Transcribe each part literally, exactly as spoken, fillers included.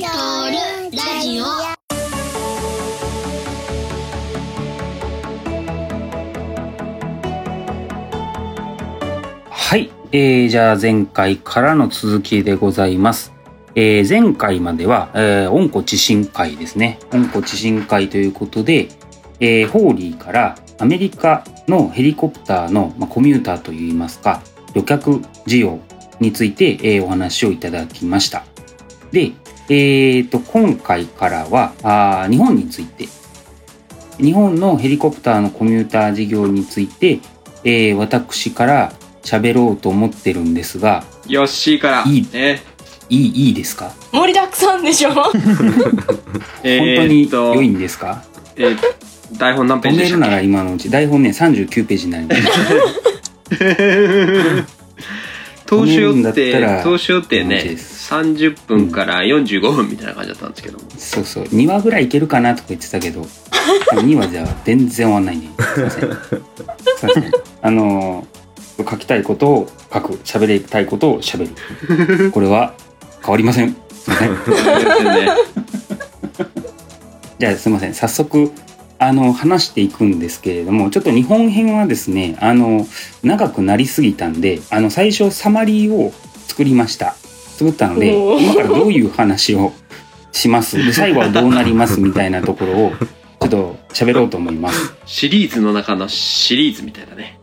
トールラジオ。 はい、えー、じゃあ前回からの続きでございます。えー、前回までは、えー、温故知新会ですね。温故知新会ということで、えー、ホーリーからアメリカのヘリコプターの、まあ、コミューターといいますか旅客需要について、えー、お話をいただきました。で、えー、と今回からはあ日本について日本のヘリコプターのコミューター事業について、えー、私から喋ろうと思ってるんですが、 よっしーからいい、 ね、 いい、いいですか？ 盛りだくさんでしょ本当に良いんですか？ えー、台本何ページでしたっけ？ 止めるなら今のうち。台本ねさんじゅうきゅうページになります投資予定投資予定ねですさんじゅっぷんからよんじゅうごふんみたいな感じだったんですけども、 うん、そうそうにわぐらいいけるかなとか言ってたけどにわじゃ全然終わんないね。すいませんすいませんあのー、書きたいことを書く、喋りたいことを喋る、これは変わりません。すいませんじゃあすいません、早速あの話していくんですけれども、ちょっと日本編はですね、あの長くなりすぎたんで、あの最初サマリーを作りました作ったので、今からどういう話をしますで最後はどうなりますみたいなところをちょっと喋ろうと思います。 シリーズの中のシリーズみたいなね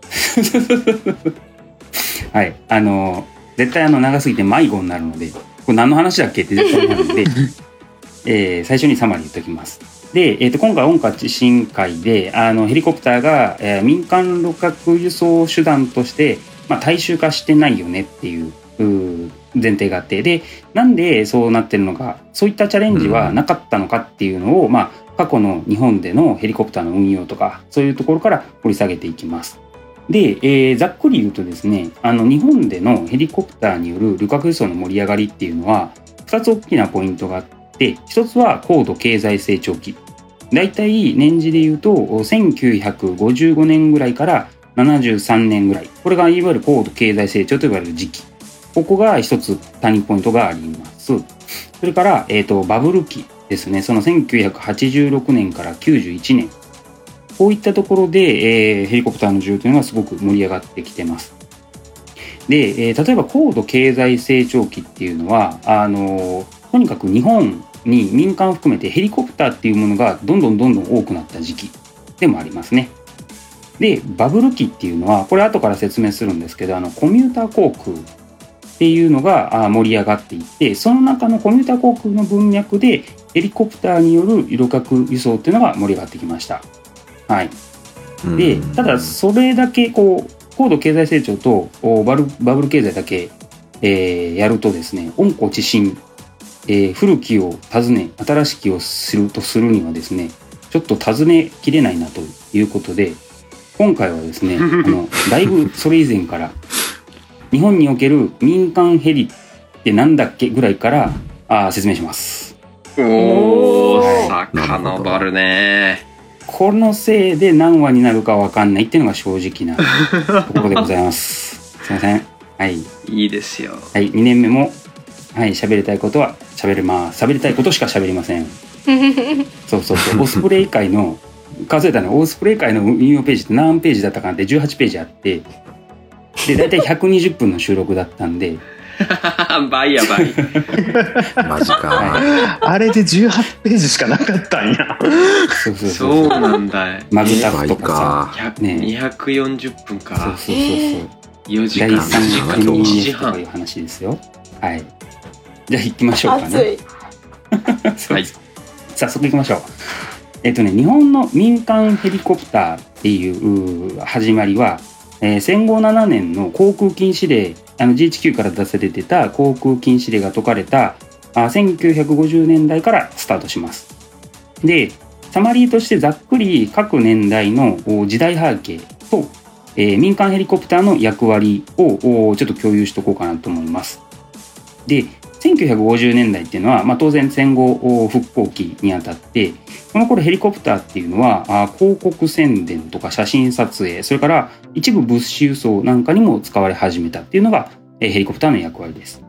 はい、あの絶対あの長すぎて迷子になるので、これ何の話だっけって絶対なるので、えー、最初にサマリー言っておきます。で、えー、と今回温故知新会であのヘリコプターが、えー、民間旅客輸送手段として、まあ、大衆化してないよねっていう前提があって、でなんでそうなってるのか、そういったチャレンジはなかったのかっていうのを、うん、まあ、過去の日本でのヘリコプターの運用とかそういうところから掘り下げていきます。で、えー、ざっくり言うとですね、あの日本でのヘリコプターによる旅客輸送の盛り上がりっていうのはふたつ大きなポイントがあって、でひとつは高度経済成長期、だいたい年次でいうとせんきゅうひゃくごじゅうごねんぐらいからななじゅうさんねんぐらい、これがいわゆる高度経済成長と呼ばれる時期、ここが一つターニングポイントがあります。それから、えーと、バブル期ですね、そのせんきゅうひゃくはちじゅうろくねんからきゅうじゅういちねん、こういったところで、えー、ヘリコプターの需要というのはすごく盛り上がってきてます。で、えー、例えば高度経済成長期っていうのはあのー、とにかく日本に民間を含めてヘリコプターっていうものがどんどんどんどん多くなった時期でもありますね。でバブル期っていうのはこれ後から説明するんですけど、あのコミューター航空っていうのが盛り上がっていって、その中のコミューター航空の文脈でヘリコプターによる旅客輸送っていうのが盛り上がってきました。はい。でただそれだけこう高度経済成長とバブル、バブル経済だけ、えー、やるとですね、温故知新、えー、古きを訪ね新しきをするとするにはですね、ちょっと尋ねきれないなということで、今回はですねあのだいぶそれ以前から日本における民間ヘリってなんだっけぐらいからあ説明します。 おー、遡るね。 このせいで何話になるか分かんないっていうのが正直なところでございますすいません。はい、 いいですよ。 はい、にねんめもはい喋りたいことは喋れます。喋りたいことしか喋りませんそうそうそうオスプレイ界の数えたのオスプレイ界の運用ページって何ページだったかなってじゅうはちページあって、でだいたいひゃくにじゅっぷんの収録だったんで倍や倍マジか、 はい、 あれでじゅうはちページしかなかったんやそうそうそうそうなんだよ。 マグタフとかさ、 ね、にひゃくよんじゅっぷんか。 そうそうそうそうよじかんだいさん組いちじとかいう話ですよ。はい、じゃあ行きましょうかね熱いはい、 早速行きましょう。えっとね日本の民間ヘリコプターっていう始まりは、えー、戦後ななねんの航空禁止令、あの ジーエイチキュー から出されてた航空禁止令が解かれたあせんきゅうひゃくごじゅうねんだいからスタートします。でサマリーとしてざっくり各年代の時代背景と、えー、民間ヘリコプターの役割をちょっと共有しておこうかなと思います。でせんきゅうひゃくごじゅうねんだいっていうのは、まあ、当然戦後復興期にあたって、この頃ヘリコプターっていうのはあ広告宣伝とか写真撮影、それから一部物資輸送なんかにも使われ始めたっていうのが、えー、ヘリコプターの役割です。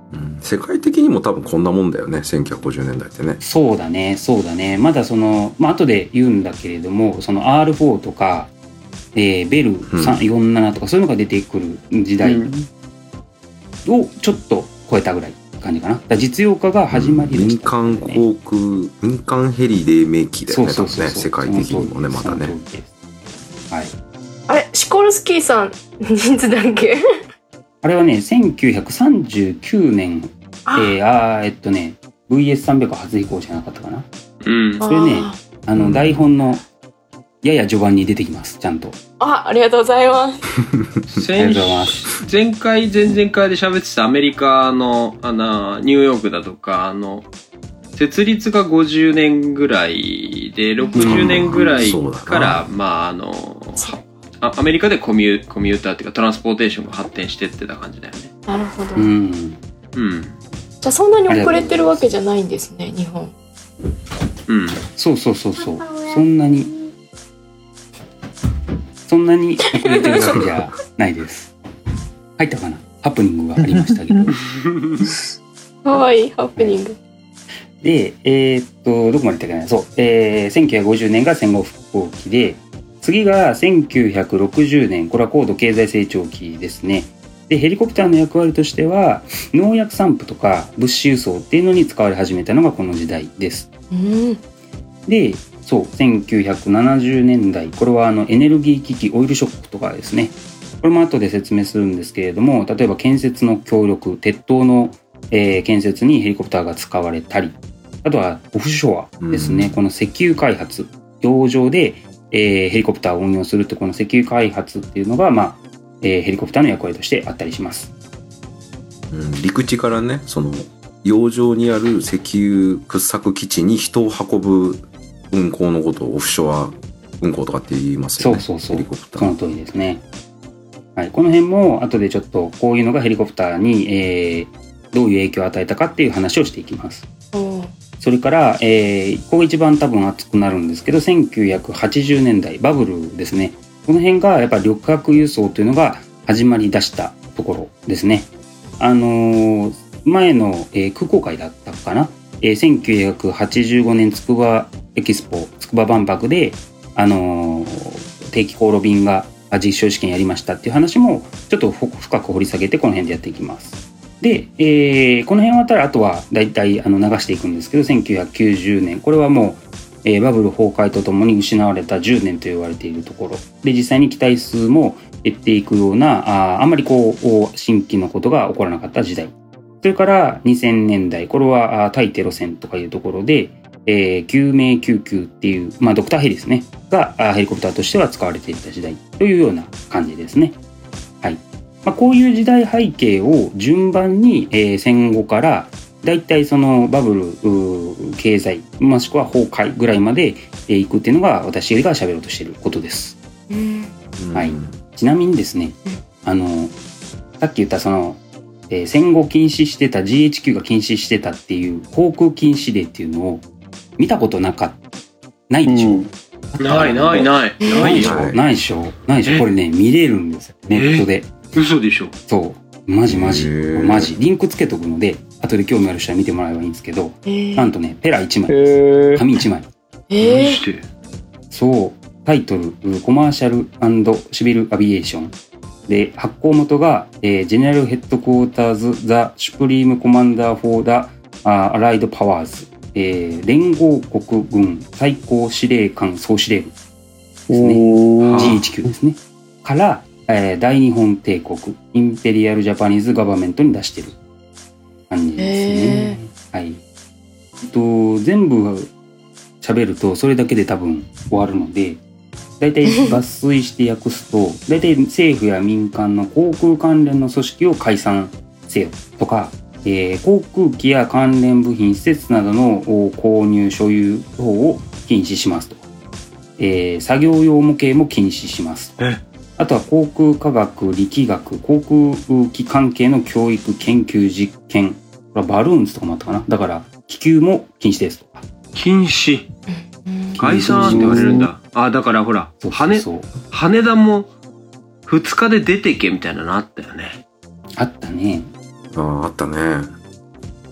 うん、世界的にも多分こんなもんだよね、せんきゅうひゃくごじゅうねんだいってね。 そうだね、そうだね。まだその、まあ後で言うんだけれども、その アールフォー とか、えー、ベルよんじゅうななとかそういうのが出てくる時代をちょっと超えたぐらい感じかな。だから実用化が始まりでした、ね、民間航空、民間ヘリ黎明期だよね、多分ね、世界的にもね、またね。 はい。 あれ、シコルスキーさん、いつだっけ？ あれはね、せんきゅうひゃくさんじゅうきゅうねん、あ、えー、あーえっとね、ブイエスさんびゃく 初飛行じゃなかったかな。 うん。 それね、あの、台本のやや序盤に出てきます、ちゃんと。 あ、ありがとうございます。 ありがとうございます。 前回、前々回で喋ってたアメリカの、あの、ニューヨークだとか、あの、設立がごじゅうねんぐらいで、ろくじゅうねんぐらいから、うん、まあ、あの、アメリカでコミュ、コミューターっていうかトランスポーテーションが発展してってた感じだよね。 なるほど。 うん。 うん。 じゃあそんなに遅れてるわけじゃないんですね、日本。 うん。 そうそうそうそう。そんなに、そんなに遅れてるわけじゃないです。入ったかな？ハプニングがありましたけど。 かわいい、ハプニング。 で、えー、っと、どこまで言ったかな？そう。えー、せんきゅうひゃくごじゅうねんが戦後復興期で、次がせんきゅうひゃくろくじゅうねん、これは高度経済成長期ですね。で、ヘリコプターの役割としては、農薬散布とか物資輸送っていうのに使われ始めたのがこの時代です。 うん、 で、そう、せんきゅうひゃくななじゅうねんだい、これはあのエネルギー危機、オイルショックとかですね。これも後で説明するんですけれども、例えば建設の協力、鉄塔の、えー、建設にヘリコプターが使われたり、あとはオフショアですね。うん、この石油開発、洋上でえー、ヘリコプターを運用するってこの石油開発っていうのが、まあえー、ヘリコプターの役割としてあったりします、 うん、陸地からね、その洋上にある石油掘削基地に人を運ぶ運航のことをオフショア運航とかって言いますよね。 そうそうそう、 ヘリコプター。 その通りですね。はい、この辺も後でちょっとこういうのがヘリコプターに、えー、どういう影響を与えたかっていう話をしていきます。 うんそれから、えー、ここが一番多分熱くなるんですけど、せんきゅうひゃくはちじゅうねんだい、バブルですね。この辺がやっぱり旅客輸送というのが始まり出したところですね。あのー、前の、えー、空港会だったかな、えー、せんきゅうひゃくはちじゅうごねんつくばエキスポ、つくば万博で、あのー、定期航路便が実証試験やりましたっていう話もちょっと深く掘り下げてこの辺でやっていきます。で、えー、この辺はたらあとはだいたいあの流していくんですけど、せんきゅうひゃくきゅうじゅうねん、これはもう、えー、バブル崩壊とともに失われたじゅうねんと言われているところで、実際に機体数も減っていくような あ, あんまりこう新規のことが起こらなかった時代。それからにせんねんだい、これは対テロ戦とかいうところで、えー、救命救急っていう、まあ、ドクターヘリですねがヘリコプターとしては使われていた時代というような感じですね。はい。まあ、こういう時代背景を順番に、えー、戦後からだいたいそのバブル経済もしくは崩壊ぐらいまで、えー、いくっていうのが私が喋ろうとしていることです、 うんはい、ちなみにですね、あのさっき言ったその、えー、戦後禁止してた ジーエイチキュー が禁止してたっていう航空禁止令っていうのを見たことなかったないでしょ、うん、 ないないないないでしょないでしょないでしょこれね見れるんですよネットで。 嘘でしょ。 そうマジマジマジリンクつけとくので後で興味ある人は見てもらえばいいんですけど、なんとねペラいちまいです紙いちまい、 えー、 してそうタイトルコマーシャル&シビルアビエーションで発行元が、えー、ジェネラルヘッドクォーターズザ・シュプリームコマンダー・フォー・ダ・アライド・パワーズ、えー、連合国軍最高司令官総司令部ですね ジーエイチキュー ですねからえー、大日本帝国インペリアルジャパニーズガバメントに出してる感じですね。はい。と全部喋るとそれだけで多分終わるので、だいたい抜粋して訳すと、だいたい政府や民間の航空関連の組織を解散せよとか、えー、航空機や関連部品施設などの購入所有等を禁止しますとか、えー、作業用模型も禁止しますとか。あとは航空科学、力学、航空機関係の教育、研究、実験、バルーンズとかもあったかな。だから気球も禁止ですとか。 禁止。解散って言われるんだ。あ、だからほら、そうそうそう羽、羽田もふつかで出てけみたいなのあったよね。 あったね。 ああ、あったね。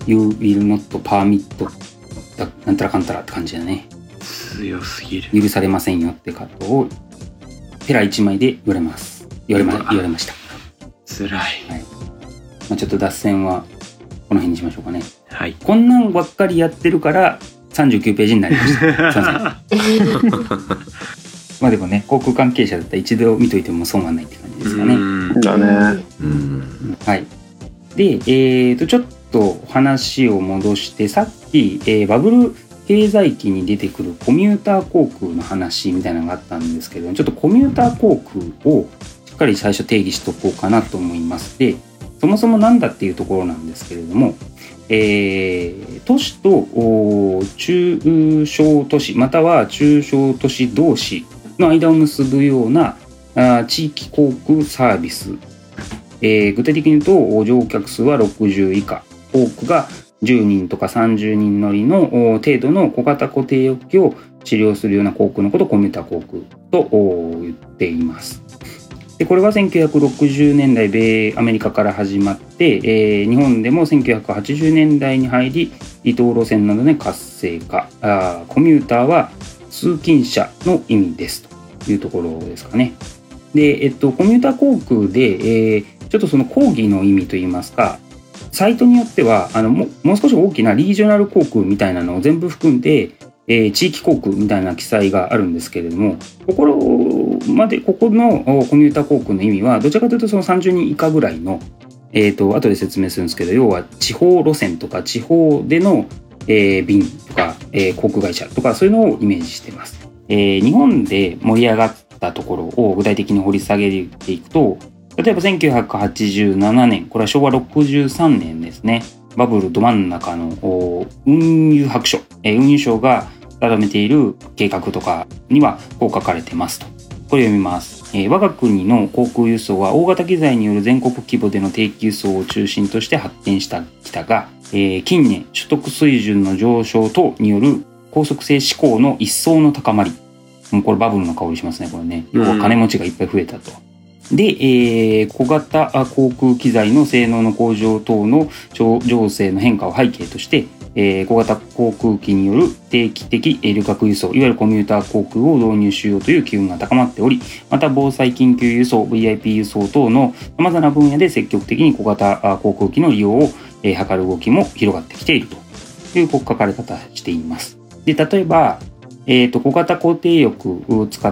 You will not permit だなんたらかんたらって感じだね。 強すぎる。 許されませんよってことをペラ一枚で言われます言われま言われました。 辛い。 はい。まあ、ちょっと脱線はこの辺にしましょうかね。 はい。 こんなんばっかりやってるからさんじゅうきゅうページになりました。すいません。まあでもね、航空関係者だったら一度見といても損はないって感じですかね。 だね。 うん。 はい。で、えーと、ちょっと話を戻して、さっき、えーバブル経済期に出てくるコミューター航空の話みたいなのがあったんですけど、ちょっとコミューター航空をしっかり最初定義しとこうかなと思います。で、そもそもなんだっていうところなんですけれども、えー都市とお中小都市または中小都市同士の間を結ぶようなあ地域航空サービス、えー具体的に言うと乗客数はろくじゅう以下、多くがじゅうにんとかさんじゅうにん乗りのお程度の小型固定翼機を治療するような航空のことをコミューター航空とお言っています。でこれはせんきゅうひゃくろくじゅうねんだい米アメリカから始まって、えー日本でもせんきゅうひゃくはちじゅうねんだいに入り離島路線などで活性化。あーコミューターは通勤者の意味ですというところですかね。で、えっと、コミューター航空で、えーちょっとその講義の意味といいますか、サイトによってはあのももう少し大きなリージョナル航空みたいなのを全部含んで、えー地域航空みたいな記載があるんですけれども、ここまでここのコミューター航空の意味はどちらかというとそのさんじゅうにん以下ぐらいの、えー、と後で説明するんですけど、要は地方路線とか地方での、えー便とか、えー航空会社とかそういうのをイメージしています。えー日本で盛り上がったところを具体的に掘り下げていくと、例えばせんきゅうひゃくはちじゅうななねん、これはしょうわろくじゅうさんねんですね。バブルど真ん中のお運輸白書、えー運輸省が定めている計画とかにはこう書かれてますと。これ読みます。えー我が国の航空輸送は大型機材による全国規模での定期輸送を中心として発展してきたが、えー近年所得水準の上昇等による高速性志向の一層の高まり。もうこれバブルの香りしますね、これね。要は金持ちがいっぱい増えたと。で、えー小型航空機材の性能の向上等の情勢の変化を背景として、えー小型航空機による定期的旅客輸送、いわゆるコミューター航空を導入しようという機運が高まっており、また防災緊急輸送、ブイアイピー 輸送等の様々な分野で積極的に小型航空機の利用を、えー図る動きも広がってきているというこう書かれ方しています。で、例えば、えー、と小型固定翼を使って、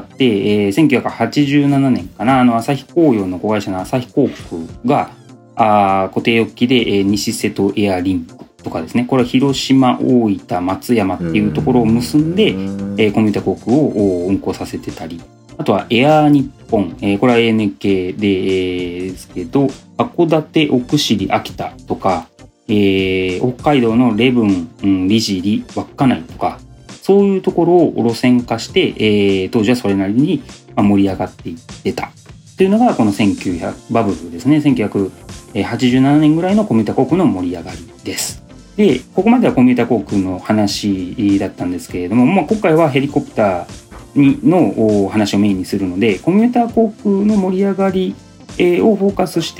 えーせんきゅうひゃくはちじゅうななねんかな、あの朝日航洋の子会社の朝日航空があ固定翼機で、えー西瀬戸エアリンクとかですね、これは広島、大分、松山っていうところを結んで、えーコミューター航空を運航させてたり、あとはエアー日本、えーこれは エーエヌケー で、えーですけど、函館、奥尻、秋田とか、えー北海道の礼文、うん、利尻、稚内とか、そういうところを路線化して、えー当時はそれなりに盛り上がっていってたというのがこのせんきゅうひゃくバブルですね。せんきゅうひゃくはちじゅうななねんぐらいのコミューター航空の盛り上がりです。で、ここまではコミューター航空の話だったんですけれども、まあ、今回はヘリコプターにの話をメインにするので、コミューター航空の盛り上がりをフォーカスして、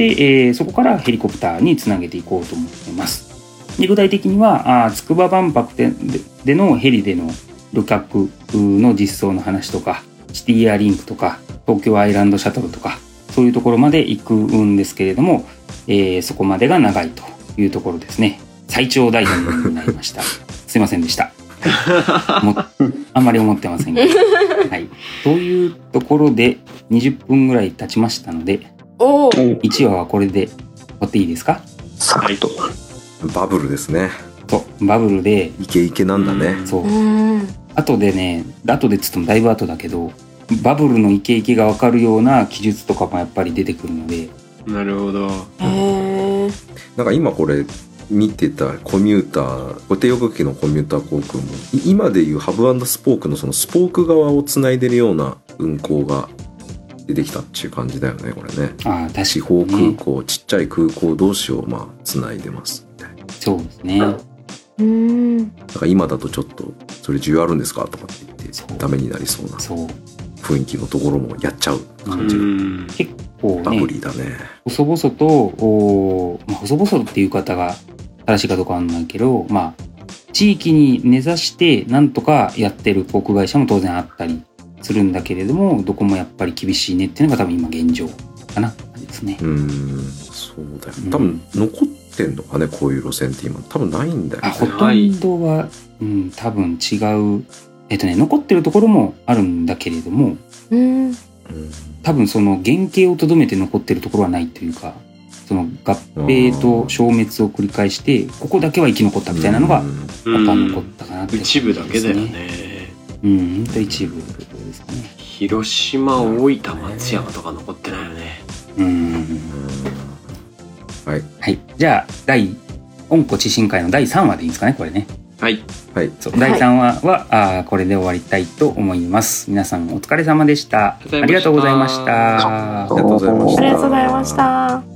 そこからヘリコプターにつなげていこうと思っています。で具体的には筑波万博ででのヘリでの旅客の実装の話とか、シティエアリンクとか東京アイランドシャトルとか、そういうところまで行くんですけれども、えー、そこまでが長いというところですね。最長大臣になりましたすいませんでした。もあんまり思ってませんけど、はい、というところでにじゅっぷんぐらい経ちましたので、 おーいちわはこれで終わっていいですか。 さっと。 バブルですね。 そうバブルでイケイケなんだね。 そううーん後でね、後でっつってもだいぶ後だけど、バブルのイケイケが分かるような記述とかもやっぱり出てくるので。 なるほど。 へーなんか今これ見てたコミューター、固定翼機のコミューター航空も今でいうハブ&スポークのそのスポーク側をつないでるような運航が出てきたっていう感じだよね、これね。 ああ、確かにね。 地方空港、ちっちゃい空港同士をまあつないでますみたいな。 そうですね。 うーんだから今だとちょっとそれ需要あるんですかとかって言ってそうダメになりそうなそう雰囲気のところもやっちゃう感じがうん結構ねバブリーだね。 細々とお、まあ、細々っていう方が正しいかどうかはないけど、まあ地域に根ざしてなんとかやってる航空会社も当然あったりするんだけれども、どこもやっぱり厳しいねっていうのが多分今現状かな感じですね。 うーん、そうだよ。多分残ってんのかね、こういう路線って今。多分ないんだよね。 あ、ほとんどは、うん、多分違う。えっとね、残ってるところもあるんだけれども、 うん。 多分その原型をとどめて残ってるところはないというか、その合併と消滅を繰り返して、ここだけは生き残ったみたいなのが、 うんまた残ったかなって、 一部だけだよね。 うん、ほんと一部ですかね。 広島、大分、松山とか残ってないよね。 うん。 はい。 はい。じゃあ、第、温故知新会のだいさんわでいいですかね、これね。 はい。 はい。 そう、だいさんわは、あーこれで終わりたいと思います。皆さんお疲れ様でした。ありがとうございました。 ありがとうございました。 ありがとうございました。